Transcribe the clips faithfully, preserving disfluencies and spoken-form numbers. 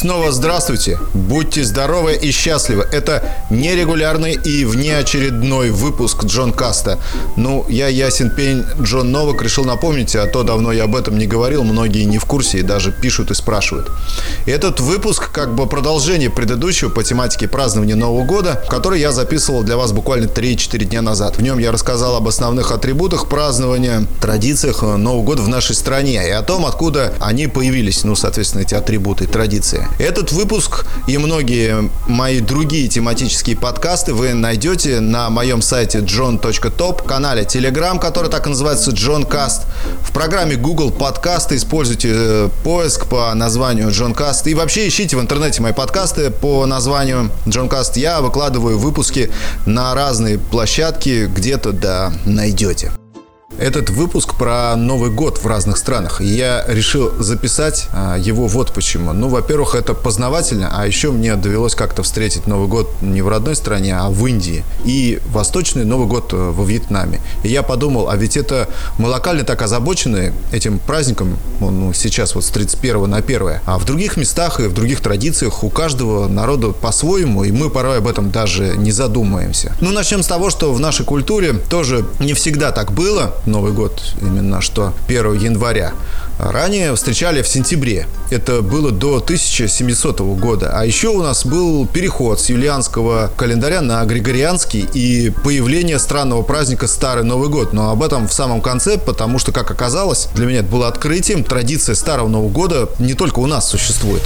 снова здравствуйте. Будьте здоровы и счастливы. Это нерегулярный и внеочередной выпуск Джон Каста. Ну, я ясен пень, Джон Новак, решил напомнить, а то давно я об этом не говорил. Многие не в курсе и даже пишут и спрашивают. Этот выпуск как бы продолжение предыдущего по тематике празднования Нового года, который я записывал для вас буквально три-четыре дня назад. В нем я рассказал об основных атрибутах празднования, традициях Нового года в нашей стране и о том, откуда они появились. Ну, соответственно, эти атрибуты, традиции. Этот выпуск и многие мои другие тематические подкасты вы найдете на моем сайте джон точка топ, канале Telegram, который так и называется Джон Каст, в программе Google Подкасты. Используйте поиск по названию Джон Каст и вообще ищите в интернете мои подкасты по названию Джон Каст. Я выкладываю выпуски на разные площадки, где-то да найдете. Этот выпуск про Новый год в разных странах. И я решил записать а, его вот почему. Ну, во-первых, это познавательно, а еще мне довелось как-то встретить Новый год не в родной стране, а в Индии. И восточный Новый год во Вьетнаме. И я подумал, а ведь это мы локально так озабочены этим праздником, ну, сейчас вот с тридцать первого на первое. А в других местах и в других традициях у каждого народа по-своему, и мы порой об этом даже не задумываемся. Ну, начнем с того, что в нашей культуре тоже не всегда так было. Новый год именно что первого января. Ранее встречали в сентябре. Это было до тысяча семисотого года. А еще у нас был переход с юлианского календаря на григорианский и появление странного праздника Старый Новый год. Но об этом в самом конце, потому что, как оказалось, для меня это было открытием. Традиция Старого Нового года не только у нас существует.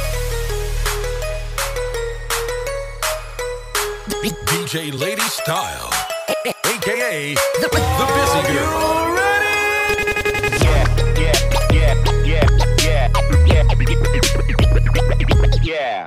ди джей Lady Style, a k a The, the Busy Girl. Yeah, yeah, yeah, yeah, yeah, yeah, yeah.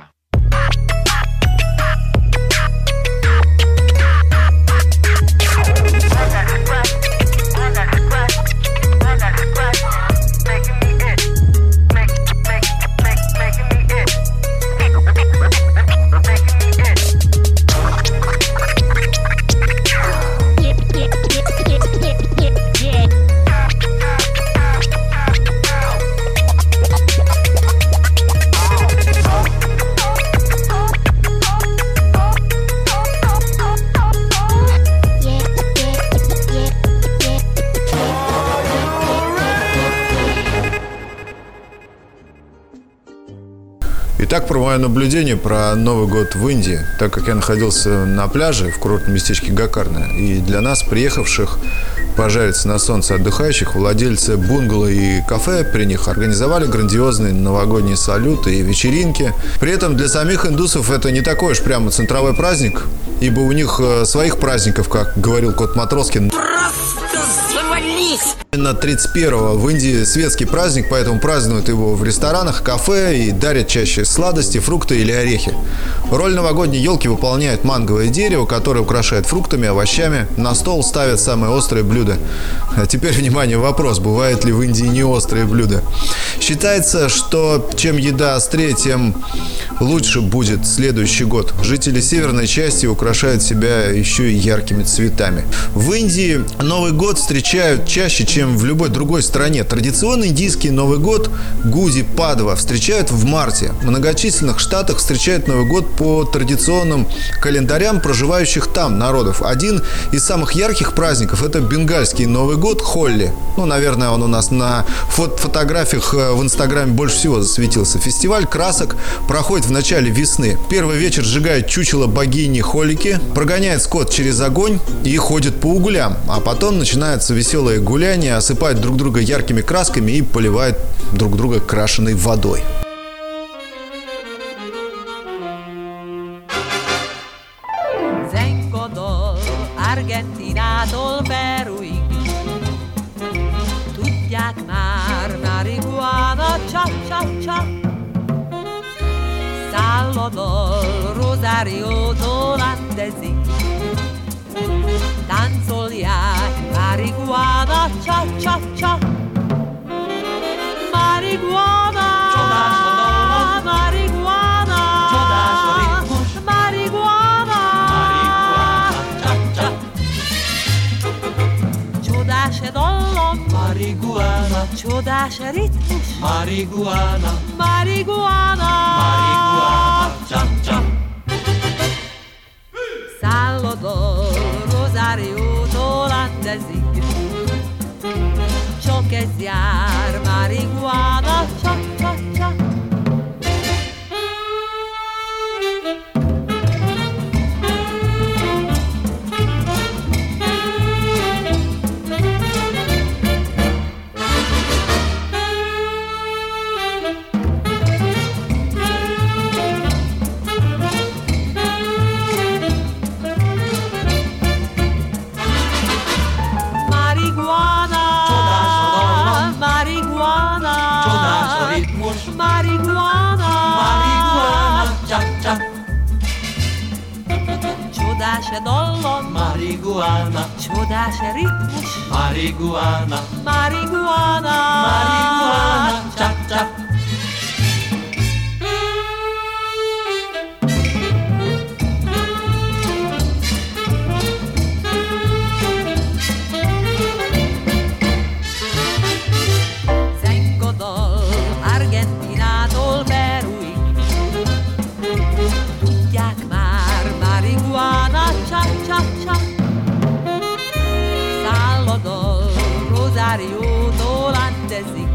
Итак, про мое наблюдение про Новый год в Индии. Так как я находился на пляже в курортном местечке Гокарна, и для нас, приехавших пожариться на солнце отдыхающих, владельцы бунгало и кафе при них организовали грандиозные новогодние салюты и вечеринки. При этом для самих индусов это не такой уж прямо центровой праздник, ибо у них своих праздников, как говорил Кот Матроскин, на тридцать первого в Индии светский праздник, поэтому празднуют его в ресторанах, кафе и дарят чаще сладости, фрукты или орехи. Роль новогодней елки выполняет манговое дерево, которое украшает фруктами, овощами. На стол ставят самые острые блюда. А теперь, внимание, вопрос: бывает ли в Индии не острые блюда? Считается, что чем еда острее, тем лучше будет следующий год. Жители северной части украшают себя еще и яркими цветами. В Индии Новый год встречают чаще, чем в любой другой стране. Традиционный индийский Новый год Гуди Падва встречают в марте. В многочисленных штатах встречают Новый год по традиционным календарям проживающих там народов. Один из самых ярких праздников — это бенгальский Новый год Холли. Ну, наверное, он у нас на фото- фотографиях в Инстаграме больше всего засветился. Фестиваль красок проходит в начале весны. Первый вечер сжигают чучело богини Холики, прогоняет скот через огонь и ходит по углям. А потом начинается веселое гуляние, осыпают друг друга яркими красками и поливают друг друга крашеной водой. Zengodol Argentinától Peruig, tudják már, marihuana, csa-csa-csa. Salvador Rosariótól Andesig, táncolják, marihuana, csa-csa-csa. Marihuana, marihuana, marihuana, csodás dallam, marihuana. Csodás ritmus, marihuana, marihuana, marihuana, csa-csa. Salvador Rosario-tól Andesig, csak ez jár, marihuana, csa-csa-csa. Csodás dallam, Marihuana, csodás ritmus, marihuana, marihuana, marihuana, csa-csa. Zengodal Argentinától Peruig, tudják már, marihuana, csa-csa-csa. Salvador Rosario-tól Andesig,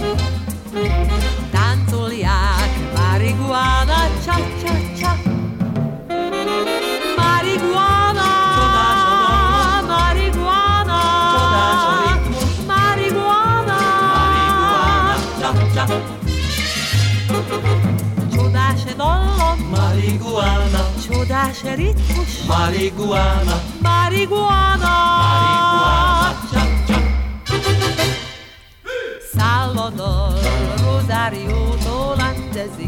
táncolják, marihuana, csa-csa-csa. Marihuana, marihuana, marihuana, Csa-csa. csodás dallam, Marihuana, csodás ritmus, marihuana, marihuana, marihuana, csa-csa. Salvador Rosario-tól Andesig,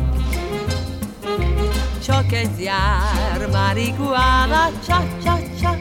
csak ez jár, marihuana, csa-csa-csa.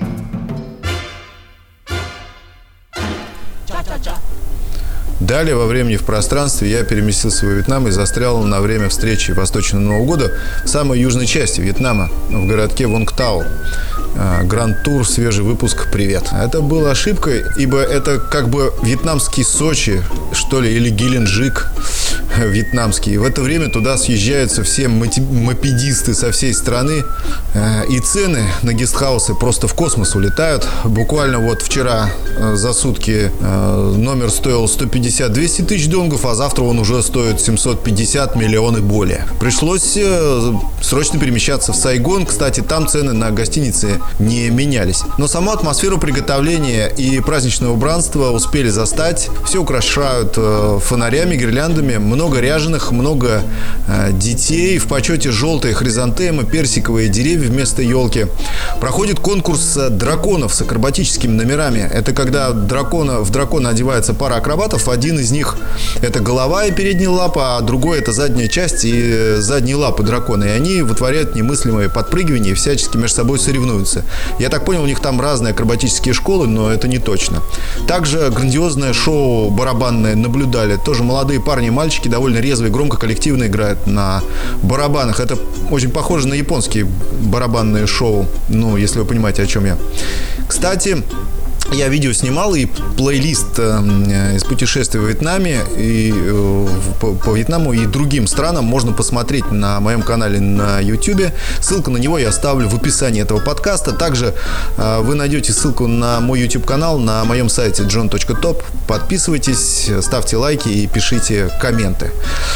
Csa-csa-csa. Далее, во времени и в пространстве, я переместился во Вьетнам и застрял на время встречи Восточного Нового года в самой южной части Вьетнама, в городке Вунгтау. Гранд-тур, свежий выпуск «Привет». Это была ошибкой, ибо это как бы вьетнамский Сочи, что ли, или Геленджик вьетнамский. В это время туда съезжаются все мопедисты со всей страны, и цены на гестхаусы просто в космос улетают. Буквально вот вчера за сутки номер стоил сто пятьдесят - двести тысяч донгов, а завтра он уже стоит семьсот пятьдесят миллионов и более. Пришлось срочно перемещаться в Сайгон. Кстати, там цены на гостиницы не менялись. Но саму атмосферу приготовления и праздничного убранства успели застать. Все украшают фонарями, гирляндами. Много ряженых, много детей. В почете желтые хризантемы, персиковые деревья вместо елки. Проходит конкурс драконов с акробатическими номерами. Это когда дракона, в дракона одевается пара акробатов. Один из них — это голова и передняя лапа, а другой — это задняя часть и задние лапы дракона. И они вытворяют немыслимые подпрыгивания и всячески между собой соревнуются. Я так понял, у них там разные акробатические школы, но это не точно. Также грандиозное шоу барабанное наблюдали. Тоже молодые парни и мальчики довольно резво и громко коллективно играют на барабанах. Это очень похоже на японские барабанные шоу. Ну, если вы понимаете, о чем я. Кстати, я видео снимал и плейлист э, из путешествий в Вьетнаме и э, по, по Вьетнаму и другим странам можно посмотреть на моем канале на YouTube. Ссылку на него я оставлю в описании этого подкаста. Также э, вы найдете ссылку на мой YouTube канал на моем сайте джон точка топ. Подписывайтесь, ставьте лайки и пишите комменты.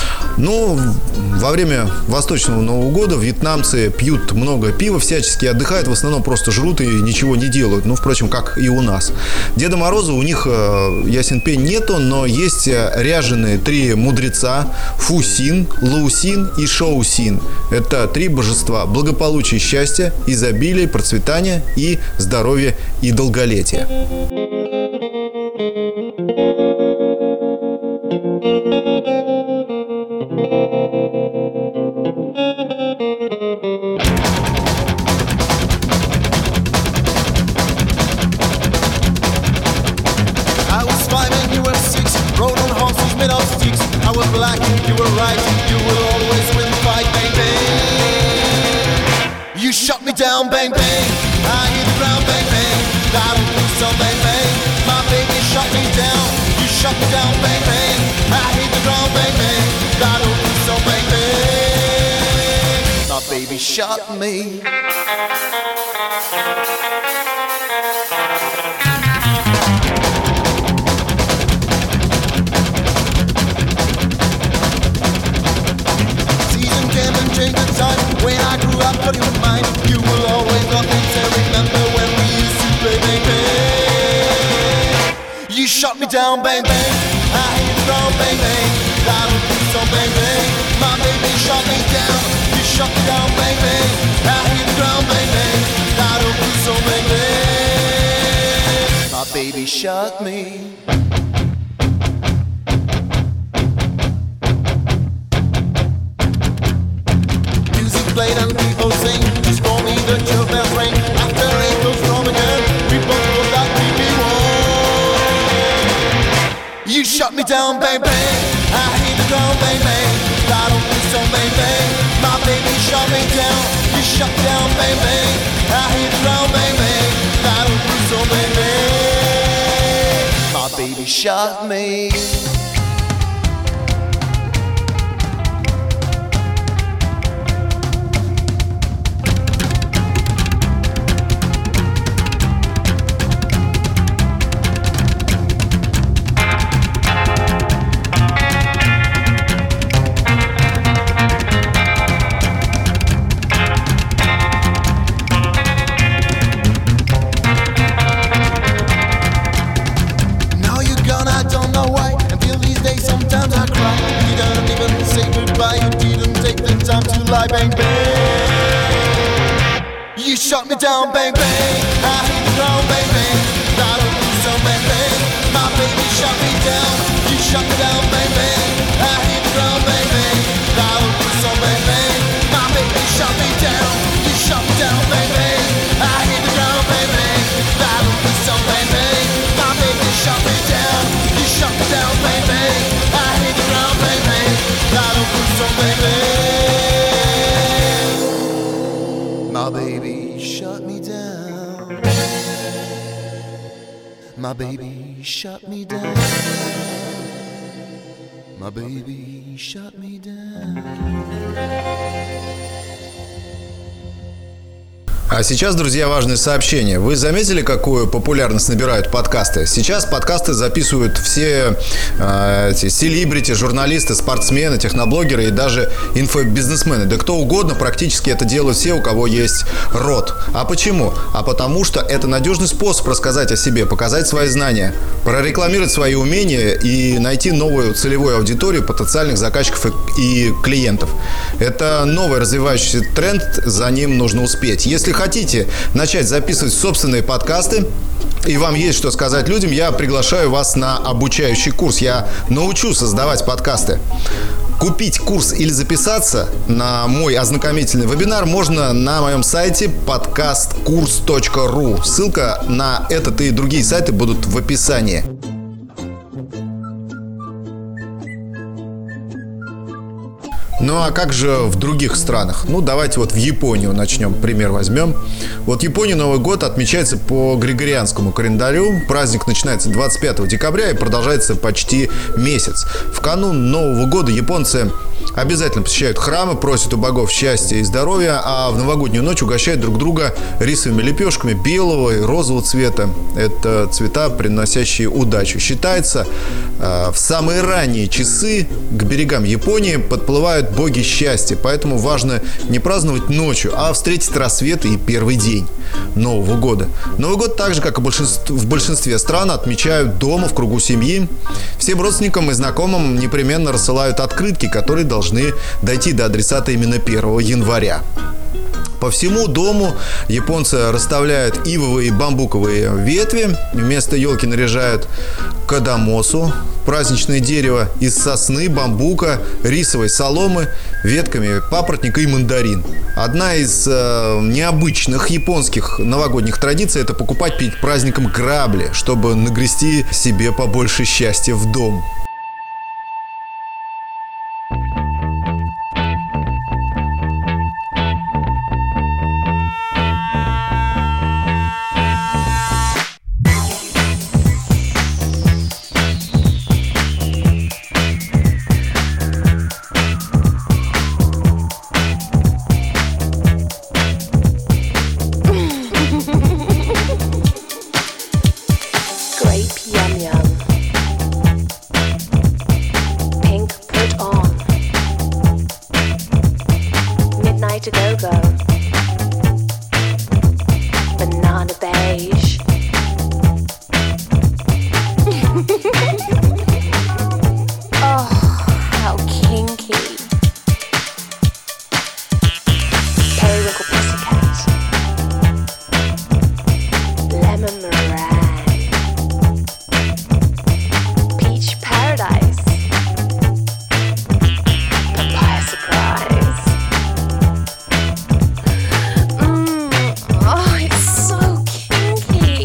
Ну, во время Восточного Нового года вьетнамцы пьют много пива, всячески отдыхают, в основном просто жрут и ничего не делают. Ну, впрочем, как и у нас. Деда Мороза у них, ясен пень, нету, но есть ряженые три мудреца: Фусин, Лаусин и Шоусин. Это три божества благополучия, счастья, изобилия, процветания и здоровья и долголетия. I was black, you were right, you will always win the fight, bang, bang. You shot me down, bang, bang. I hit the ground, bang, bang. That'll do some, bang, bang. My baby shot me down, you shot me down, bang, bang. down, bang bang. I don't do so, bang bang. My baby shot me. Season came and changed the time. When I grew up, but in mind, you will always love me to remember when we used to play, bang bang. You shot me down, bang bang. I hit the ground, bang bang. I don't do so, bang bang. My baby shot me down. You shot me down, bang bang. I hit the ground, bang bang. I don't do so, bang bang. My baby shot me. Music played and people sing. Just for me the church bells ring. After it goes from again, we both know that we be one. You shot me down, bang bang. I hit the ground, bang bang. I don't do so, bang bang. My baby shot me down. You shot me down, bang bang. I hit the ground, bang bang. I don't do so, bang bang. My baby shot me. Now you're gone, I don't know why. Until these days, sometimes I cry. You didn't even say goodbye. You didn't take the time to lie, bang bang. You shot me down, bang bang. I hit the ground, bang bang. I don't do so, bang bang. My baby shot me down. You shot me down, bang bang. I hit the ground, bang bang. I don't do so, bang bang. My baby shot me down. You shot me down, bang bang. I hit the ground, bang bang. I don't do so, bang bang. My baby shot me down. You shot me down, bang bang. I hit the ground, bang bang. I don't do so, bang bang. My baby shut me down. My baby shut me down. My baby shut me down. А сейчас, друзья, важное сообщение. Вы заметили, какую популярность набирают подкасты? Сейчас подкасты записывают все э, эти селебрити, журналисты, спортсмены, техноблогеры и даже инфобизнесмены. Да кто угодно, практически это делают все, у кого есть рот. А почему? А потому что это надежный способ рассказать о себе, показать свои знания, прорекламировать свои умения и найти новую целевую аудиторию потенциальных заказчиков и клиентов. Это новый развивающийся тренд, за ним нужно успеть. Если хотите начать записывать собственные подкасты, и вам есть что сказать людям, я приглашаю вас на обучающий курс. Я научу создавать подкасты. Купить курс или записаться на мой ознакомительный вебинар можно на моем сайте подкаст курс точка ру. Ссылка на этот и другие сайты будут в описании. Ну а как же в других странах? Ну давайте вот в Японию начнем, пример возьмем. Вот в Японии Новый год отмечается по григорианскому календарю. Праздник начинается двадцать пятого декабря и продолжается почти месяц. В канун Нового года японцы обязательно посещают храмы, просят у богов счастья и здоровья, а в новогоднюю ночь угощают друг друга рисовыми лепешками белого и розового цвета. Это цвета, приносящие удачу. Считается, в самые ранние часы к берегам Японии подплывают боги счастья, поэтому важно не праздновать ночью, а встретить рассвет и первый день Нового года. Новый год, так же как и в большинстве стран, отмечают дома в кругу семьи. Всем родственникам и знакомым непременно рассылают открытки, которые должны дойти до адресата именно первого января. По всему дому японцы расставляют ивовые и бамбуковые ветви. Вместо елки наряжают кадамосу, праздничное дерево из сосны, бамбука, рисовой соломы, ветками папоротника и мандарин. Одна из э, необычных японских новогодних традиций – это покупать перед праздником грабли, чтобы нагрести себе побольше счастья в дом. beige. Oh, how kinky. Periwinkle pussycat. Lemon meringue. Peach paradise. Papaya surprise. Mmm, oh, it's so kinky.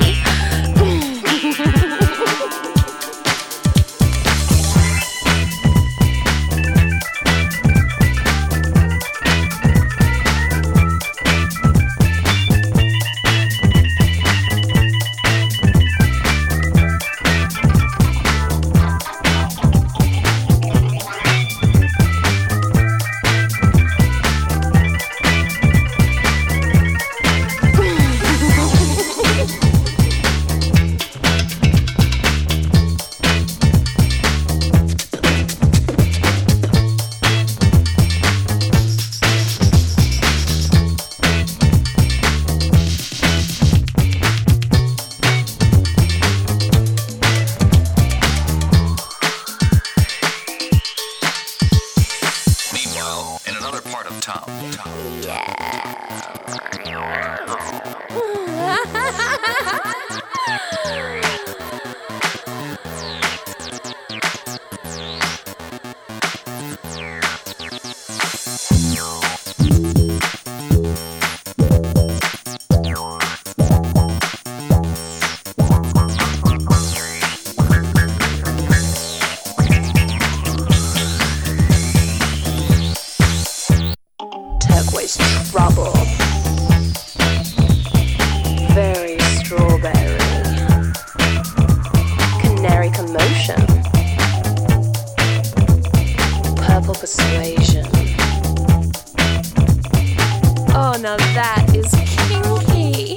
Meanwhile, in another part of town. Turquoise trouble. Very strawberry. Canary commotion. Purple persuasion. Oh, now that is kinky.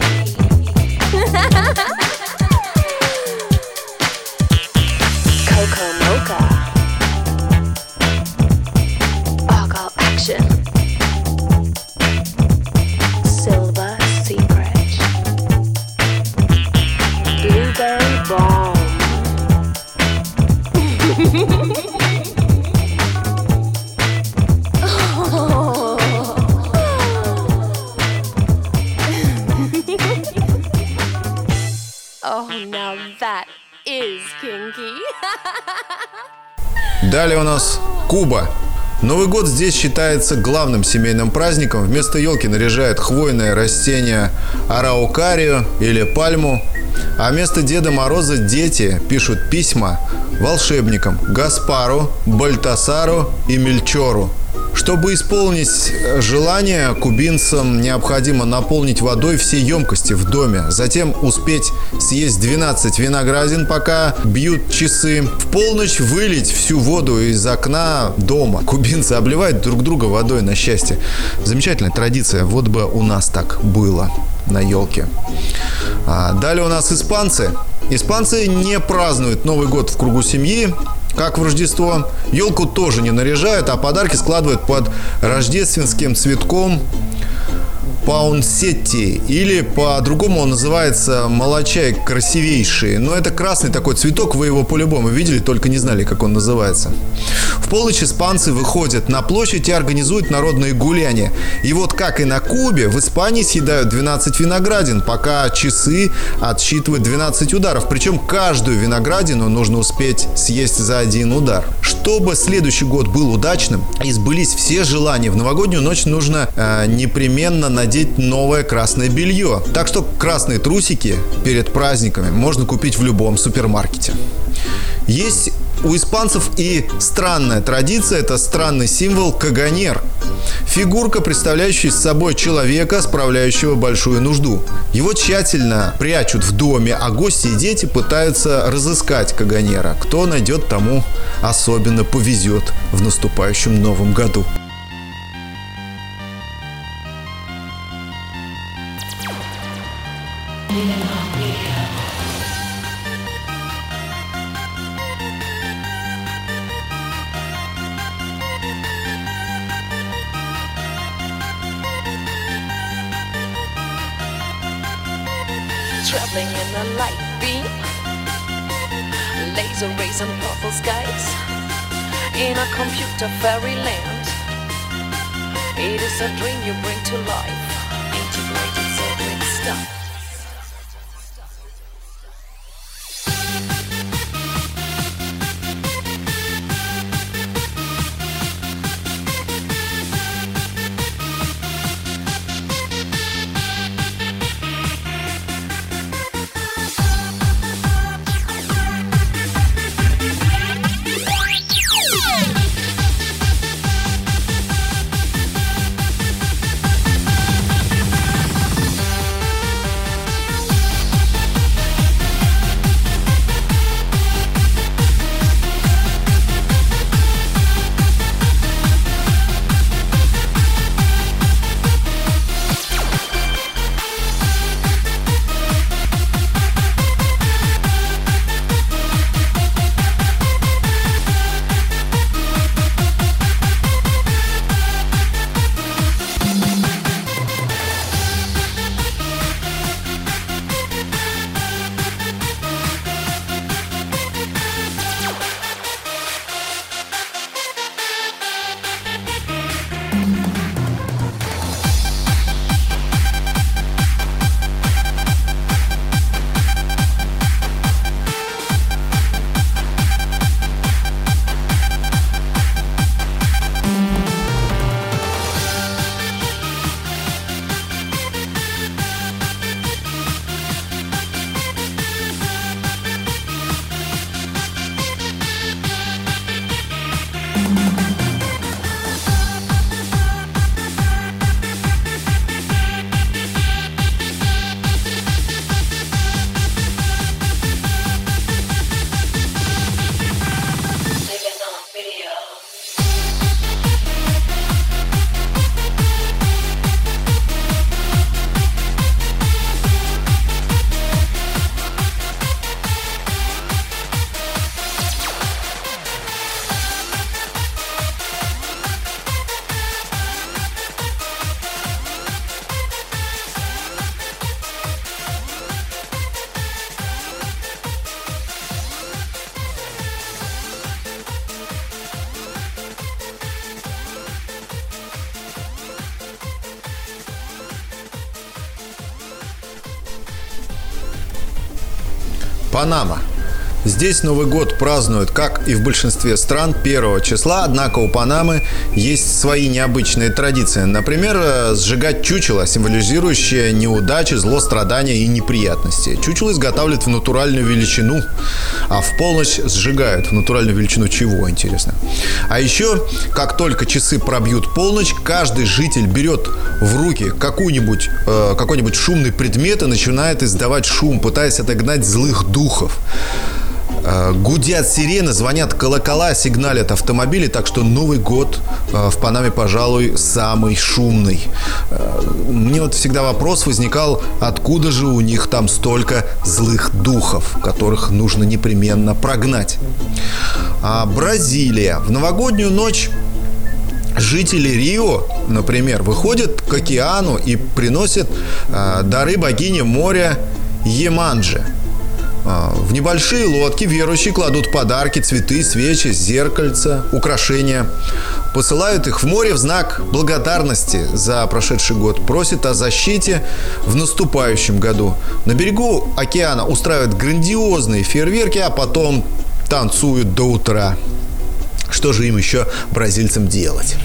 Cocoa mocha. Argyle action. Silver secret. Blueberry bomb. Oh, now that is kinky. Далее у нас Куба. Новый год здесь считается главным семейным праздником. Вместо елки наряжают хвойное растение араукарию или пальму. А вместо Деда Мороза дети пишут письма волшебникам Гаспару, Бальтасару и Мельчору. Чтобы исполнить желание, кубинцам необходимо наполнить водой все емкости в доме, затем успеть съесть двенадцать виноградин, пока бьют часы, в полночь вылить всю воду из окна дома. Кубинцы обливают друг друга водой на счастье. Замечательная традиция, вот бы у нас так было на елке. А далее у нас испанцы. Испанцы не празднуют Новый год в кругу семьи, как в Рождество. Елку тоже не наряжают, а подарки складывают под рождественским цветком паунсетти, или по-другому он называется молочай красивейший. Но это красный такой цветок, вы его по-любому видели, только не знали, как он называется. В полночь испанцы выходят на площадь и организуют народные гуляния. И вот как и на Кубе, в Испании съедают двенадцать виноградин, пока часы отсчитывают двенадцать ударов. Причем каждую виноградину нужно успеть съесть за один удар. Чтобы следующий год был удачным и сбылись все желания, в новогоднюю ночь нужно э, непременно надеть новое красное белье. Так что красные трусики перед праздниками можно купить в любом супермаркете. Есть у испанцев и странная традиция, это странный символ каганер. Фигурка, представляющая собой человека, справляющего большую нужду. Его тщательно прячут в доме, а гости и дети пытаются разыскать каганера. Кто найдет, тому особенно повезет в наступающем новом году. traveling in a light beam, laser rays and purple skies, in a computer fairyland. It is a dream you bring to life, integrated sacred stuff. Панама. Здесь Новый год празднуют, как и в большинстве стран, первого числа, однако у Панамы есть свои необычные традиции. Например, сжигать чучело, символизирующее неудачи, зло, страдания и неприятности. Чучело изготавливают в натуральную величину, а в полночь сжигают. В натуральную величину чего, интересно? А еще, как только часы пробьют полночь, каждый житель берет в руки какую-нибудь, э, какой-нибудь шумный предмет и начинает издавать шум, пытаясь отогнать злых духов. Гудят сирены, звонят колокола, сигналят автомобили, так что Новый год в Панаме, пожалуй, самый шумный. Мне вот всегда вопрос возникал, откуда же у них там столько злых духов, которых нужно непременно прогнать. А Бразилия. В новогоднюю ночь жители Рио, например, выходят к океану и приносят дары богине моря Еманджи. В небольшие лодки верующие кладут подарки, цветы, свечи, зеркальца, украшения. Посылают их в море в знак благодарности за прошедший год. Просят о защите в наступающем году. На берегу океана устраивают грандиозные фейерверки, а потом танцуют до утра. Что же им еще, бразильцам, делать?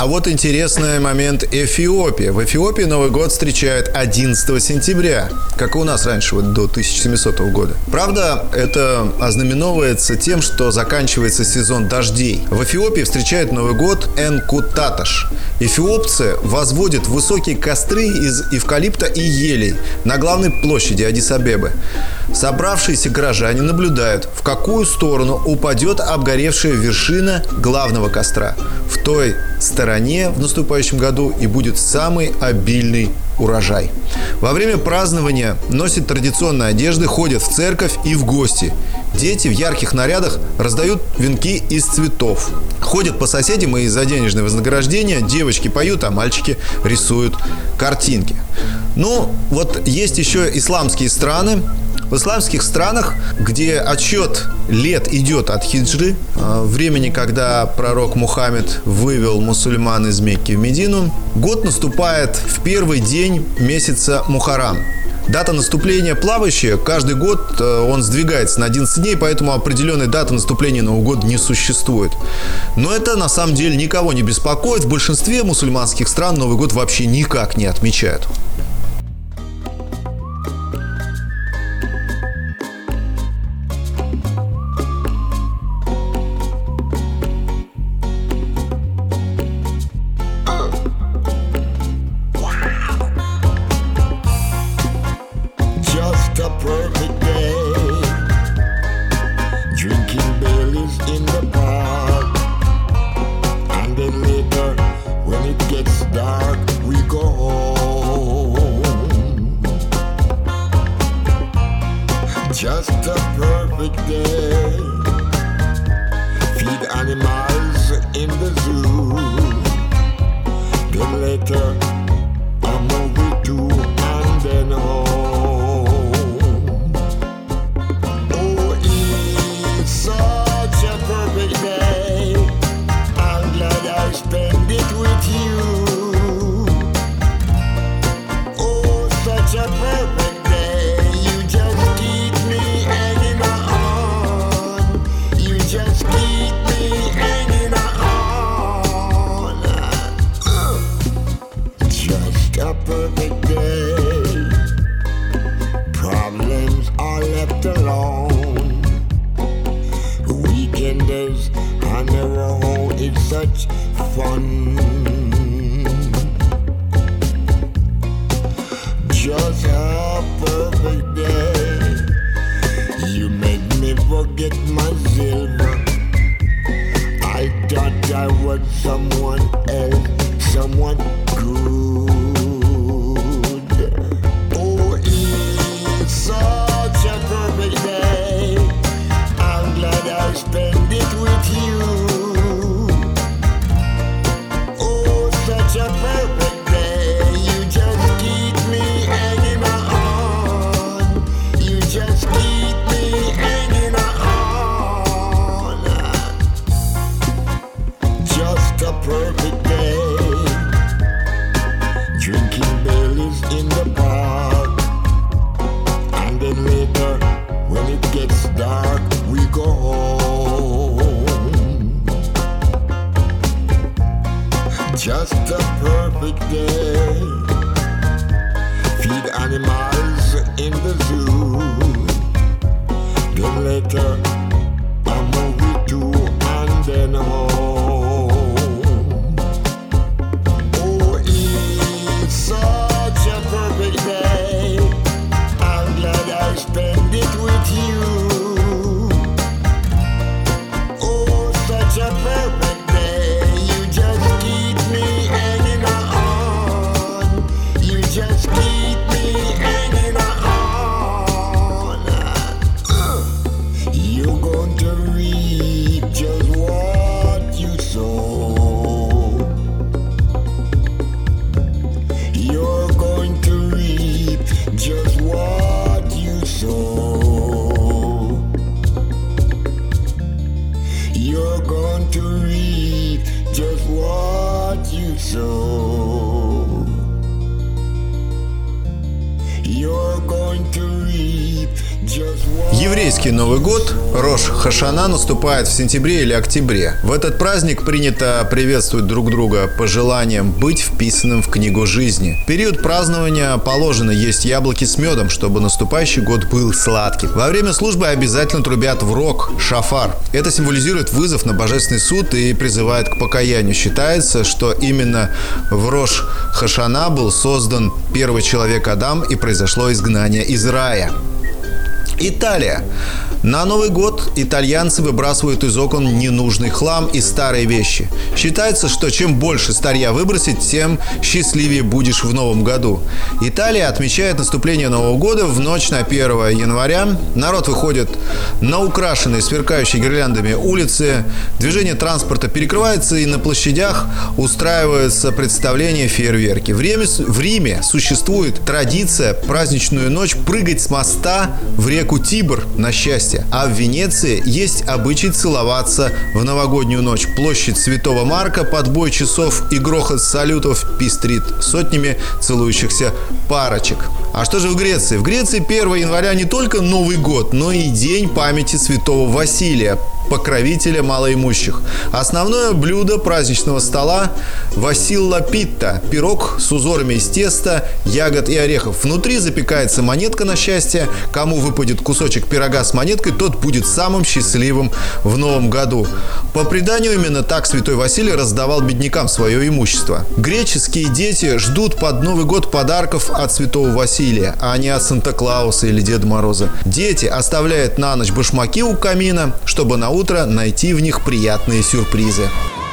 А вот интересный момент Эфиопия. В Эфиопии Новый год встречают одиннадцатого сентября, как и у нас раньше, вот до тысяча семисотого года. Правда, это ознаменовывается тем, что заканчивается сезон дождей. В Эфиопии встречают Новый год Энкутаташ. Эфиопцы возводят высокие костры из эвкалипта и елей на главной площади Аддис-Абебы. Собравшиеся горожане наблюдают, в какую сторону упадет обгоревшая вершина главного костра. В той стороне в наступающем году и будет самый обильный урожай. Во время празднования носят традиционные одежды, ходят в церковь и в гости. Дети в ярких нарядах раздают венки из цветов. Ходят по соседям и за денежное вознаграждение девочки поют, а мальчики рисуют картинки. Ну, вот есть еще исламские страны. В исламских странах, где отсчет лет идет от хиджры, времени, когда пророк Мухаммед вывел мусульман из Мекки в Медину, год наступает в первый день месяца Мухаррам. Дата наступления плавающая, каждый год он сдвигается на одиннадцать дней, поэтому определенной даты наступления Нового года не существует. Но это на самом деле никого не беспокоит. В большинстве мусульманских стран Новый год вообще никак не отмечают. Just a perfect day. Feed animals in the zoo. Then later a movie too, and then home. Oh, it's such a perfect day. I'm glad I spend it with you. Oh, such a perfect day. You just keep me hanging on. You just keep me hanging on. Just a perfect day. Problems are left alone. Weekenders on their own. It's such fun. Just a perfect day. You make me forget my silver. I thought I was someone else, someone good. Oh, it's such a perfect day. I'm glad I spend it with you. Oh, such a perfect day. You just keep me hanging on. You just keep me hanging on. Just a perfect day. you're going to reap just what. Еврейский Новый год, Рош Хашана, наступает в сентябре или октябре. В этот праздник принято приветствовать друг друга пожеланием быть вписанным в книгу жизни. В период празднования положено есть яблоки с медом, чтобы наступающий год был сладким. Во время службы обязательно трубят в рог, шафар. Это символизирует вызов на божественный суд и призывает к покаянию. Считается, что именно в Рош Хашана был создан первый человек Адам и произошло изгнание из рая. Италия. На Новый год итальянцы выбрасывают из окон ненужный хлам и старые вещи. Считается, что чем больше старья выбросить, тем счастливее будешь в новом году. Италия отмечает наступление Нового года в ночь на первое января. Народ выходит на украшенные сверкающие гирляндами улицы. Движение транспорта перекрывается, и на площадях устраиваются представления, фейерверки. В Риме, в Риме существует традиция праздничную ночь прыгать с моста в реку Тибр на счастье. А в Венеции есть обычай целоваться в новогоднюю ночь. Площадь Святого Марка под бой часов и грохот салютов пестрит сотнями целующихся парочек. А что же в Греции? В Греции первого января не только Новый год, но и День памяти святого Василия, покровителя малоимущих. Основное блюдо праздничного стола – василла питта – пирог с узорами из теста, ягод и орехов. Внутри запекается монетка на счастье. Кому выпадет кусочек пирога с монеткой, тот будет самым счастливым в новом году. По преданию, именно так святой Василий раздавал беднякам свое имущество. Греческие дети ждут под Новый год подарков от святого Василия, а не от Санта-Клауса или Деда Мороза. Дети оставляют на ночь башмаки у камина, чтобы на утро найти в них приятные сюрпризы.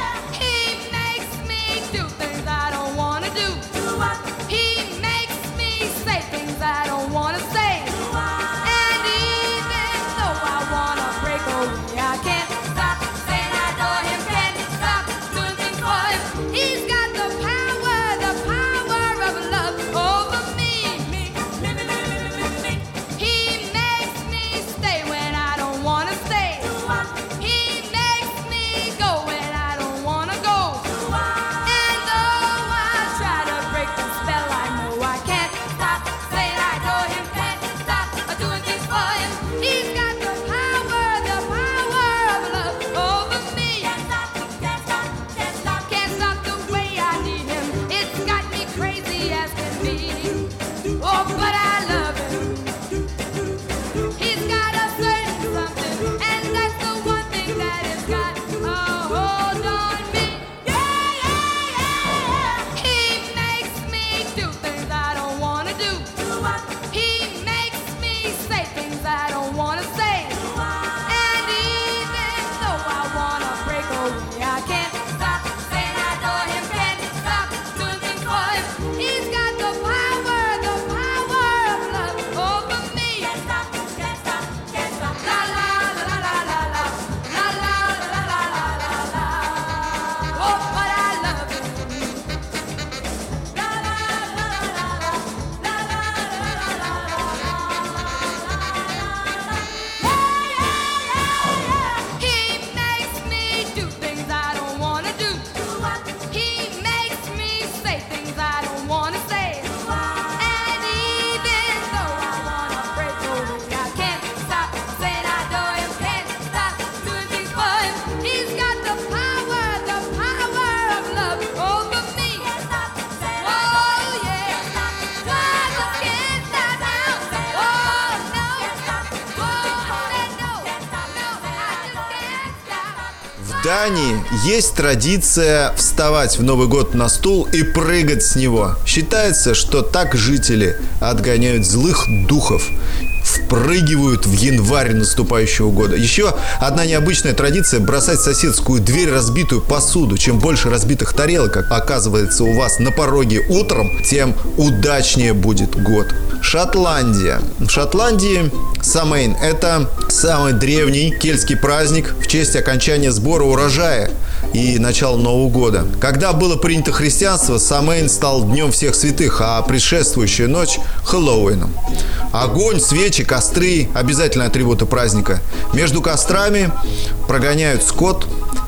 В Дании есть традиция вставать в Новый год на стул и прыгать с него. Считается, что так жители отгоняют злых духов, впрыгивают в январь наступающего года. Еще одна необычная традиция – бросать в соседскую дверь разбитую посуду. Чем больше разбитых тарелок оказывается у вас на пороге утром, тем удачнее будет год. Шотландия. В Шотландии Самейн – это самый древний кельтский праздник в честь окончания сбора урожая и начала Нового года. Когда было принято христианство, Самейн стал Днем всех святых, а предшествующая ночь – Хэллоуином. Огонь, свечи, костры – обязательные атрибуты праздника. Между кострами прогоняют скот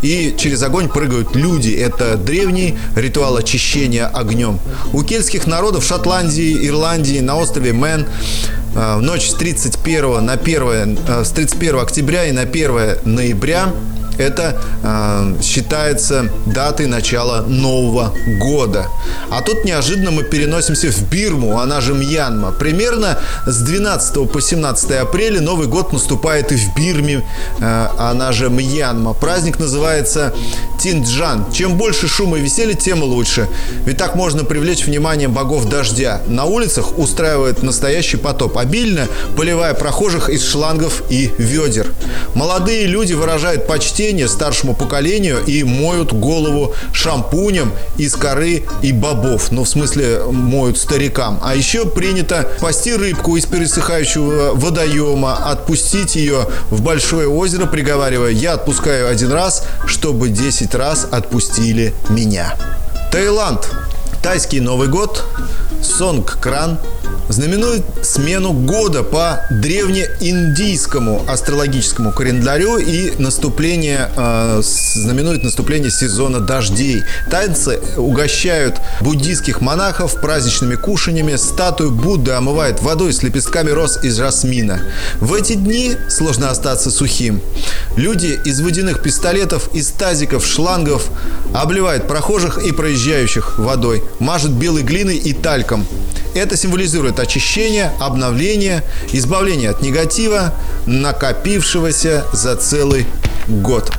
и через огонь прыгают люди. Это древний ритуал очищения огнем. У кельтских народов в Шотландии, Ирландии, на острове Мэн в ночь с тридцать первого на первое, с тридцать первого октября и на первое ноября это э, считается датой начала Нового года. А тут неожиданно мы переносимся в Бирму, она же Мьянма. Примерно с двенадцатого по семнадцатое апреля Новый год наступает и в Бирме, э, она же Мьянма. Праздник называется Тинджан. Чем больше шума и веселья, тем лучше. Ведь так можно привлечь внимание богов дождя. На улицах устраивают настоящий потоп, обильно поливая прохожих из шлангов и ведер. Молодые люди выражают почтение старшему поколению и моют голову шампунем из коры и бобов. Ну, в смысле, моют старикам. А еще принято спасти рыбку из пересыхающего водоема, отпустить ее в большое озеро, приговаривая: «Я отпускаю один раз, чтобы десять раз отпустили меня». Таиланд. Тайский Новый год, Сонгкран, знаменует смену года по древнеиндийскому астрологическому календарю и наступление, э, знаменует наступление сезона дождей. Тайцы угощают буддийских монахов праздничными кушаньями, статую Будды омывают водой с лепестками роз из жасмина. В эти дни сложно остаться сухим. Люди из водяных пистолетов, из тазиков, шлангов обливают прохожих и проезжающих водой, мажут белой глиной и тальком. Это символизирует очищение, обновление, избавление от негатива, накопившегося за целый год.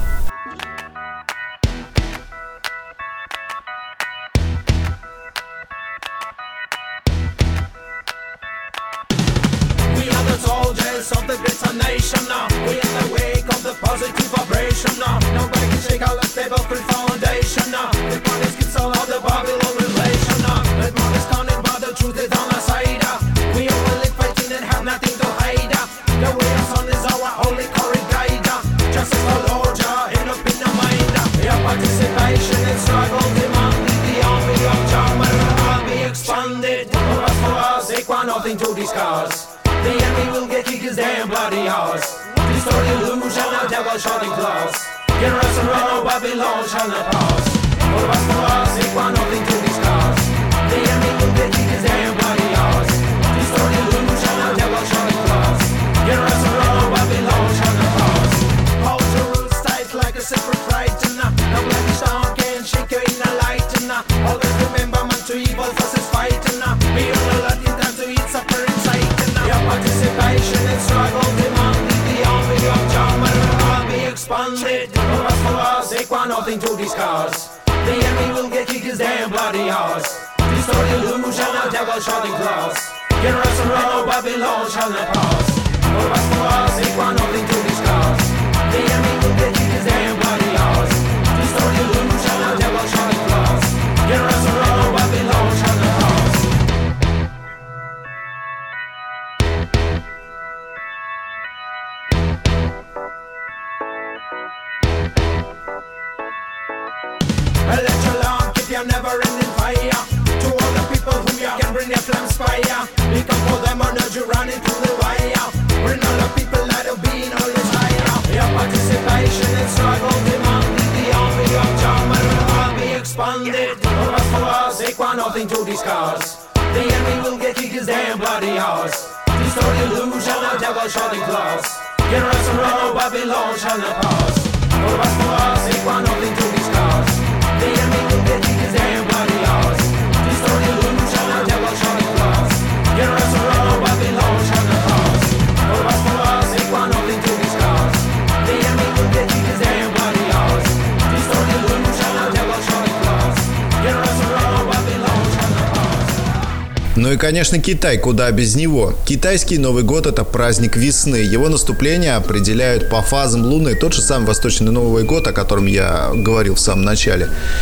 Nothing to discuss. The enemy will get kicked his damn bloody ass. Destroy the illusion, now devil shouting claws. Generation run, no Babylon shall not pass. All of us for us, equal nothing to discuss. The enemy will get kicked his damn bloody ass. Destroy the illusion, now devil shouting claws. Generation run, no Babylon shall not pass. Hold your roots tight like a separate frightened. No black stone can shake you in a light. Always remember man to evil forces fighting. Be on alert in time to eat supper in sight. Your participation and struggle demanded the army of German will be expanded. For us, for us, equal nothing to discuss. The enemy will get kicked his damn bloody ass. Destroy the illusion, now devil shouting claws. Generation run, no Babylon shall not pass. For us, for us, equal nothing to discuss. The enemy will get kicked his damn bloody ass. Destroy the illusion, now devil shouting claws. Generation run, no Babylon shall not pass. Let your love keep your never-ending fire. To all the people who you can bring their flames fire. Become for them energy running through the wire. Bring all the people that have been always higher. Your participation and struggle demanded the army of German will be expanded. For us, for us, equal nothing to discuss. The enemy will get kicked his damn bloody ass. Destroy the illusion, now devil shouting claws. Generation run, no Babylon shall not pass. For us, for us, equal nothing to discuss. The enemy will get kicked his damn bloody ass. Destroy the illusion, now devil shouting claws. Generation run, no Babylon shall not pass. For us, for us, equal nothing to discuss. The enemy will get kicked his damn bloody ass. Destroy the illusion, now devil shouting claws. Generation run, no Babylon shall not pass. Ну и, конечно, Китай, куда без него. Китайский Новый год – это праздник весны. Его наступление определяют по фазам Луны. Тот же самый Восточный Новый год, о котором я говорил в самом начале.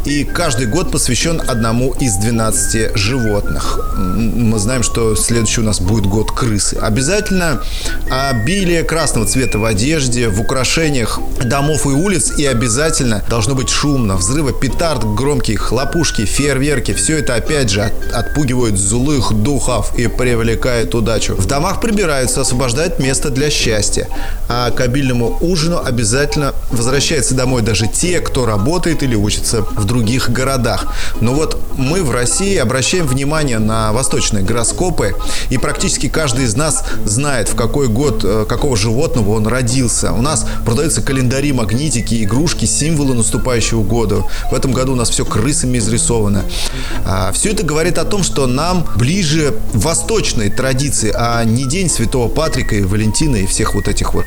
и каждый год посвящен одному из двенадцати животных. Мы знаем, что следующий у нас будет год крысы. Обязательно обилие красного цвета в одежде, в украшениях домов и улиц, и обязательно должно быть шумно. Взрывы петард, громкие хлопушки, фейерверки. Все это, опять же, от, отпугивает злых духов и привлекает удачу. В домах прибираются, освобождают место для счастья. А к обильному ужину обязательно возвращаются домой даже те, кто работает или учится в других городах. Но вот мы в России обращаем внимание на восточные гороскопы, и практически каждый из нас знает, в какой год какого животного он родился. У нас продаются календари, магнитики, игрушки, символы наступающего года. В этом году у нас все крысами изрисовано. Все это говорит о том, что нам ближе восточные традиции, а не День Святого Патрика и Валентина и всех вот этих вот.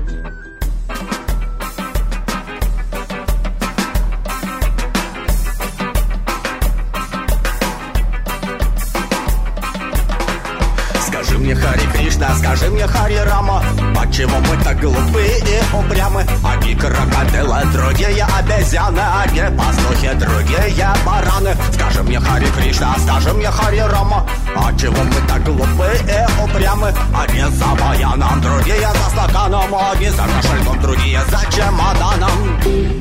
Скажи мне, Хари Кришна, скажи мне, Хари Рама, почему мы так глупые и упрямы? Одни крокодилы, другие обезьяны, одни пастухи, другие бараны. Скажи мне, Хари Кришна, скажи мне, Хари Рама, почему мы так глупые и упрямы? Одни за баяном, другие за стаканом, одни за кошельком, другие за чемоданом.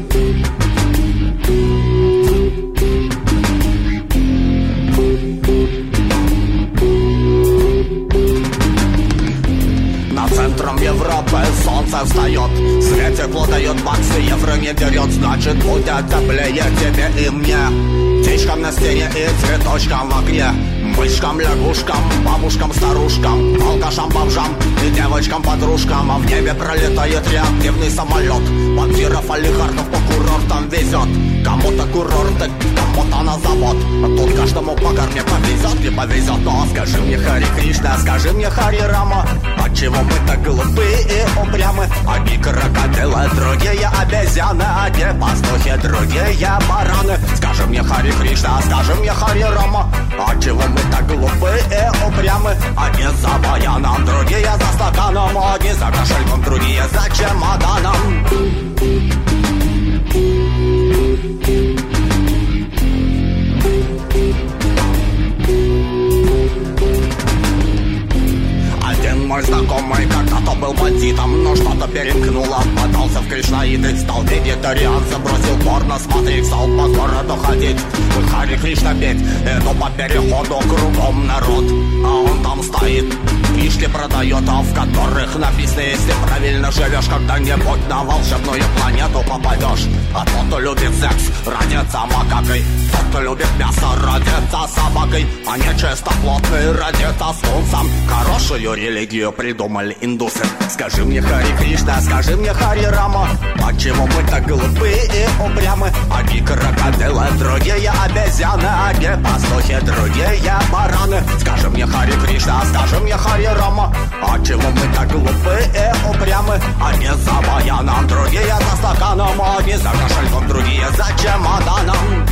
Центром Европы солнце встает, свет тепло дает, баксы, евро не дерет, значит будет теплее тебе и мне. Птичкам на стене и цветочкам в окне, мышкам, лягушкам, бабушкам, старушкам, алкашам, бомжам и девочкам-подружкам. А в небе пролетает реактивный самолет, вампиров, олигархов по курортам везет. Кому-то курорты, кому-то на завод, а тут каждому по карме повезет, не повезет. Но скажи мне, Хари Кришна, скажи мне, Хари Рама, отчего мы так глупые и упрямы? Одни крокодилы, другие обезьяны, одни пастухи, другие бараны. Скажи мне, Хари Кришна, скажи мне, Хари Рама, отчего мы так глупые и упрямы? Одни за баяном, другие за стаканом, одни за кошельком, другие за чемоданом. Один мой знакомый когда-то был бандитом, но что-то перемкнуло, подался в кришнаиды, стал вегетарианцем, бросил порно смотреть, стал по городу ходить, Хари Кришна петь, иду по переходу, кругом народ, а он там стоит, книжки продает, а в которых написано: если правильно живешь, когда-нибудь на волшебную планету попадешь. А тот, кто любит секс, родится макакой, тот, кто любит мясо, родится собакой, а не чистоплотный, родится солнцем. Хорошую религию придумали индусы. Скажи мне, Хари Кришна, скажи мне, Хари Рама, почему мы так глупые и упрямы? Одни крокодилы, другие обезьяны, одни пастухи, другие бараны. Скажи мне, Хари Кришна, скажи мне, Хари Рама, почему мы так глупые и упрямы? Одни за баяном, другие за стаканом, одни за кошельком, другие за чемоданом.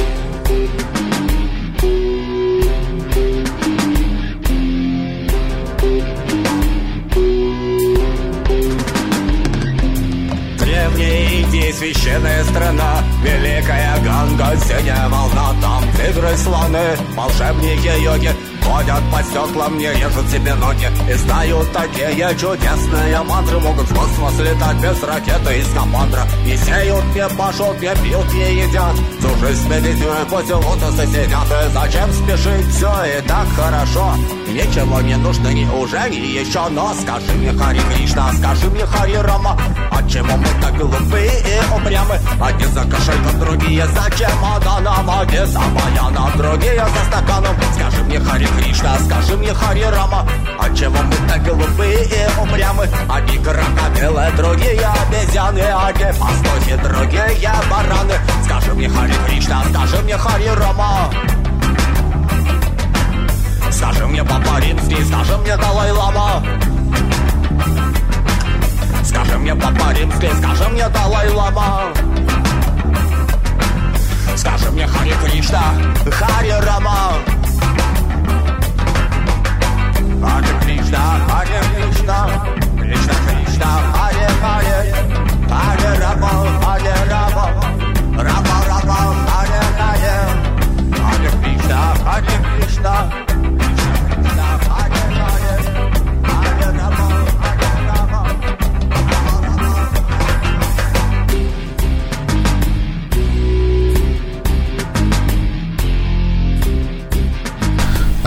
Древняя Индия, священная страна, великая Ганга, синяя волна, там тигры, слоны, волшебники, йоги ходят по стеклам, не режут себе ноги и знают такие чудесные мантры. Могут в космос летать без ракеты из скафандра. Не сеют, не пашут, не пьют, не едят, всю жизнь медитируют, после лотоса сидят. И зачем спешить, все и так хорошо, ничего не нужно ни уже, ни еще. Но скажи мне, Хари Кришна, скажи мне, Хари Рама, отчего мы так глупые и упрямы? Одни за кошельком, другие за чемоданом, одни за баяном, другие за стаканом. Скажи мне, Хари Кришна, скажи мне, Хари Рама, отчего мы так глупые и упрямы? Одни крокодилы, другие обезьяны, одни пастухи, другие бараны. Скажи мне, Хари Кришна, скажи мне, Хари Рама, скажи мне, Папа Римский, скажи мне, Далай-лама, скажи мне, Папа Римский, скажи мне, Далай-лама, скажи мне, Хари Кришна, Хари Рама, Хари Кришна, Хари Кришна, Кришна Кришна, Хари Хари, Хари Рама, Хари Рама, Рама Рама, Хари Хари.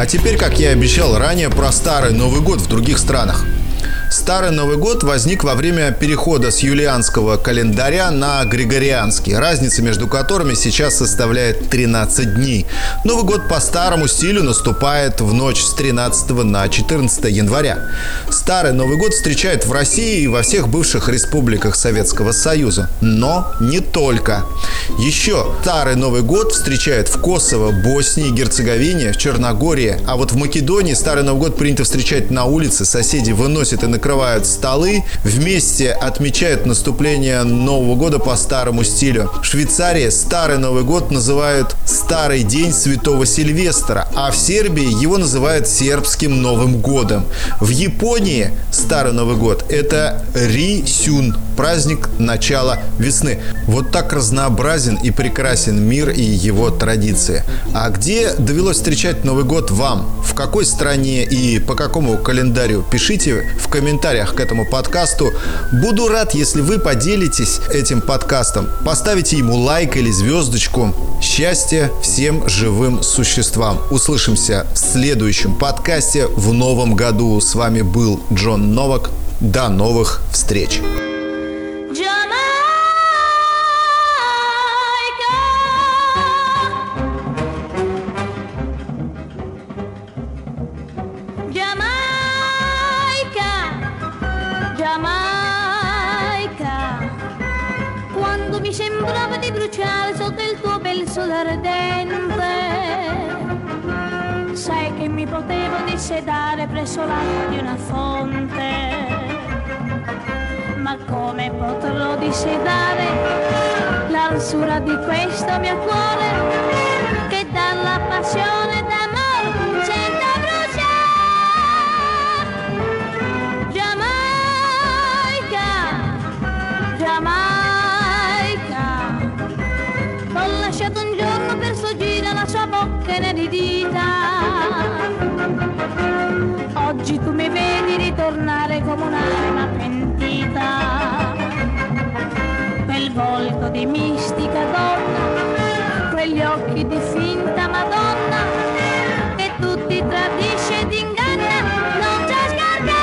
А теперь, как я и обещал ранее, про Старый Новый год в других странах. Старый Новый год возник во время перехода с юлианского календаря на григорианский, разница между которыми сейчас составляет тринадцать дней. Новый год по старому стилю наступает в ночь с тринадцатого на четырнадцатое января. Старый Новый год встречают в России и во всех бывших республиках Советского Союза. Но не только. Еще Старый Новый год встречают в Косово, Боснии, Герцеговине, в Черногории. А вот в Македонии Старый Новый год принято встречать на улице. Соседи выносят и накрывают столы, вместе отмечают наступление Нового года по старому стилю. В Швейцарии Старый Новый год называют Старый день Святого Сильвестра, а в Сербии его называют сербским Новым годом. В Японии Старый Новый год – это Ри-сюн, праздник начала весны. Вот так разнообразен и прекрасен мир и его традиции. А где довелось встречать Новый год вам? В какой стране и по какому календарю? Пишите в комментариях к этому подкасту. Буду рад, если вы поделитесь этим подкастом. Поставите ему лайк или звездочку. Счастья всем живым существам. Услышимся в следующем подкасте в новом году. С вами был Джон Новак. До новых встреч. Mi sembrava di bruciare sotto il tuo bel sole ardente. Sai che mi potevo dissedare presso l'acqua di una fonte. Ma come potrò dissedare l'arsura di questo mio cuore che dalla passione d'amore sento bruciare? Giamaica, Giamaica, ho lasciato un giorno per sfuggire alla sua bocca inedita. Oggi tu mi vedi ritornare come un'anima pentita. Quel volto di mistica donna, quegli occhi di finta Madonna, che tutti tradisce ed inganna, non c'è scarpa.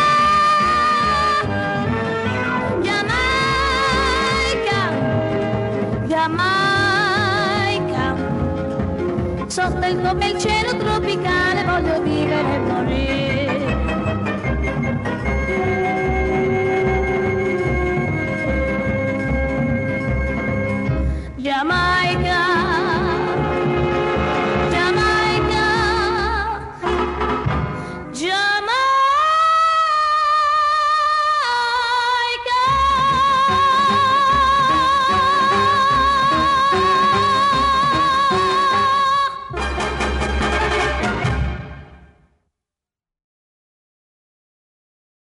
Giamaica, Giamaica, sotto il tuo bel cielo tropicale voglio vivere e morire.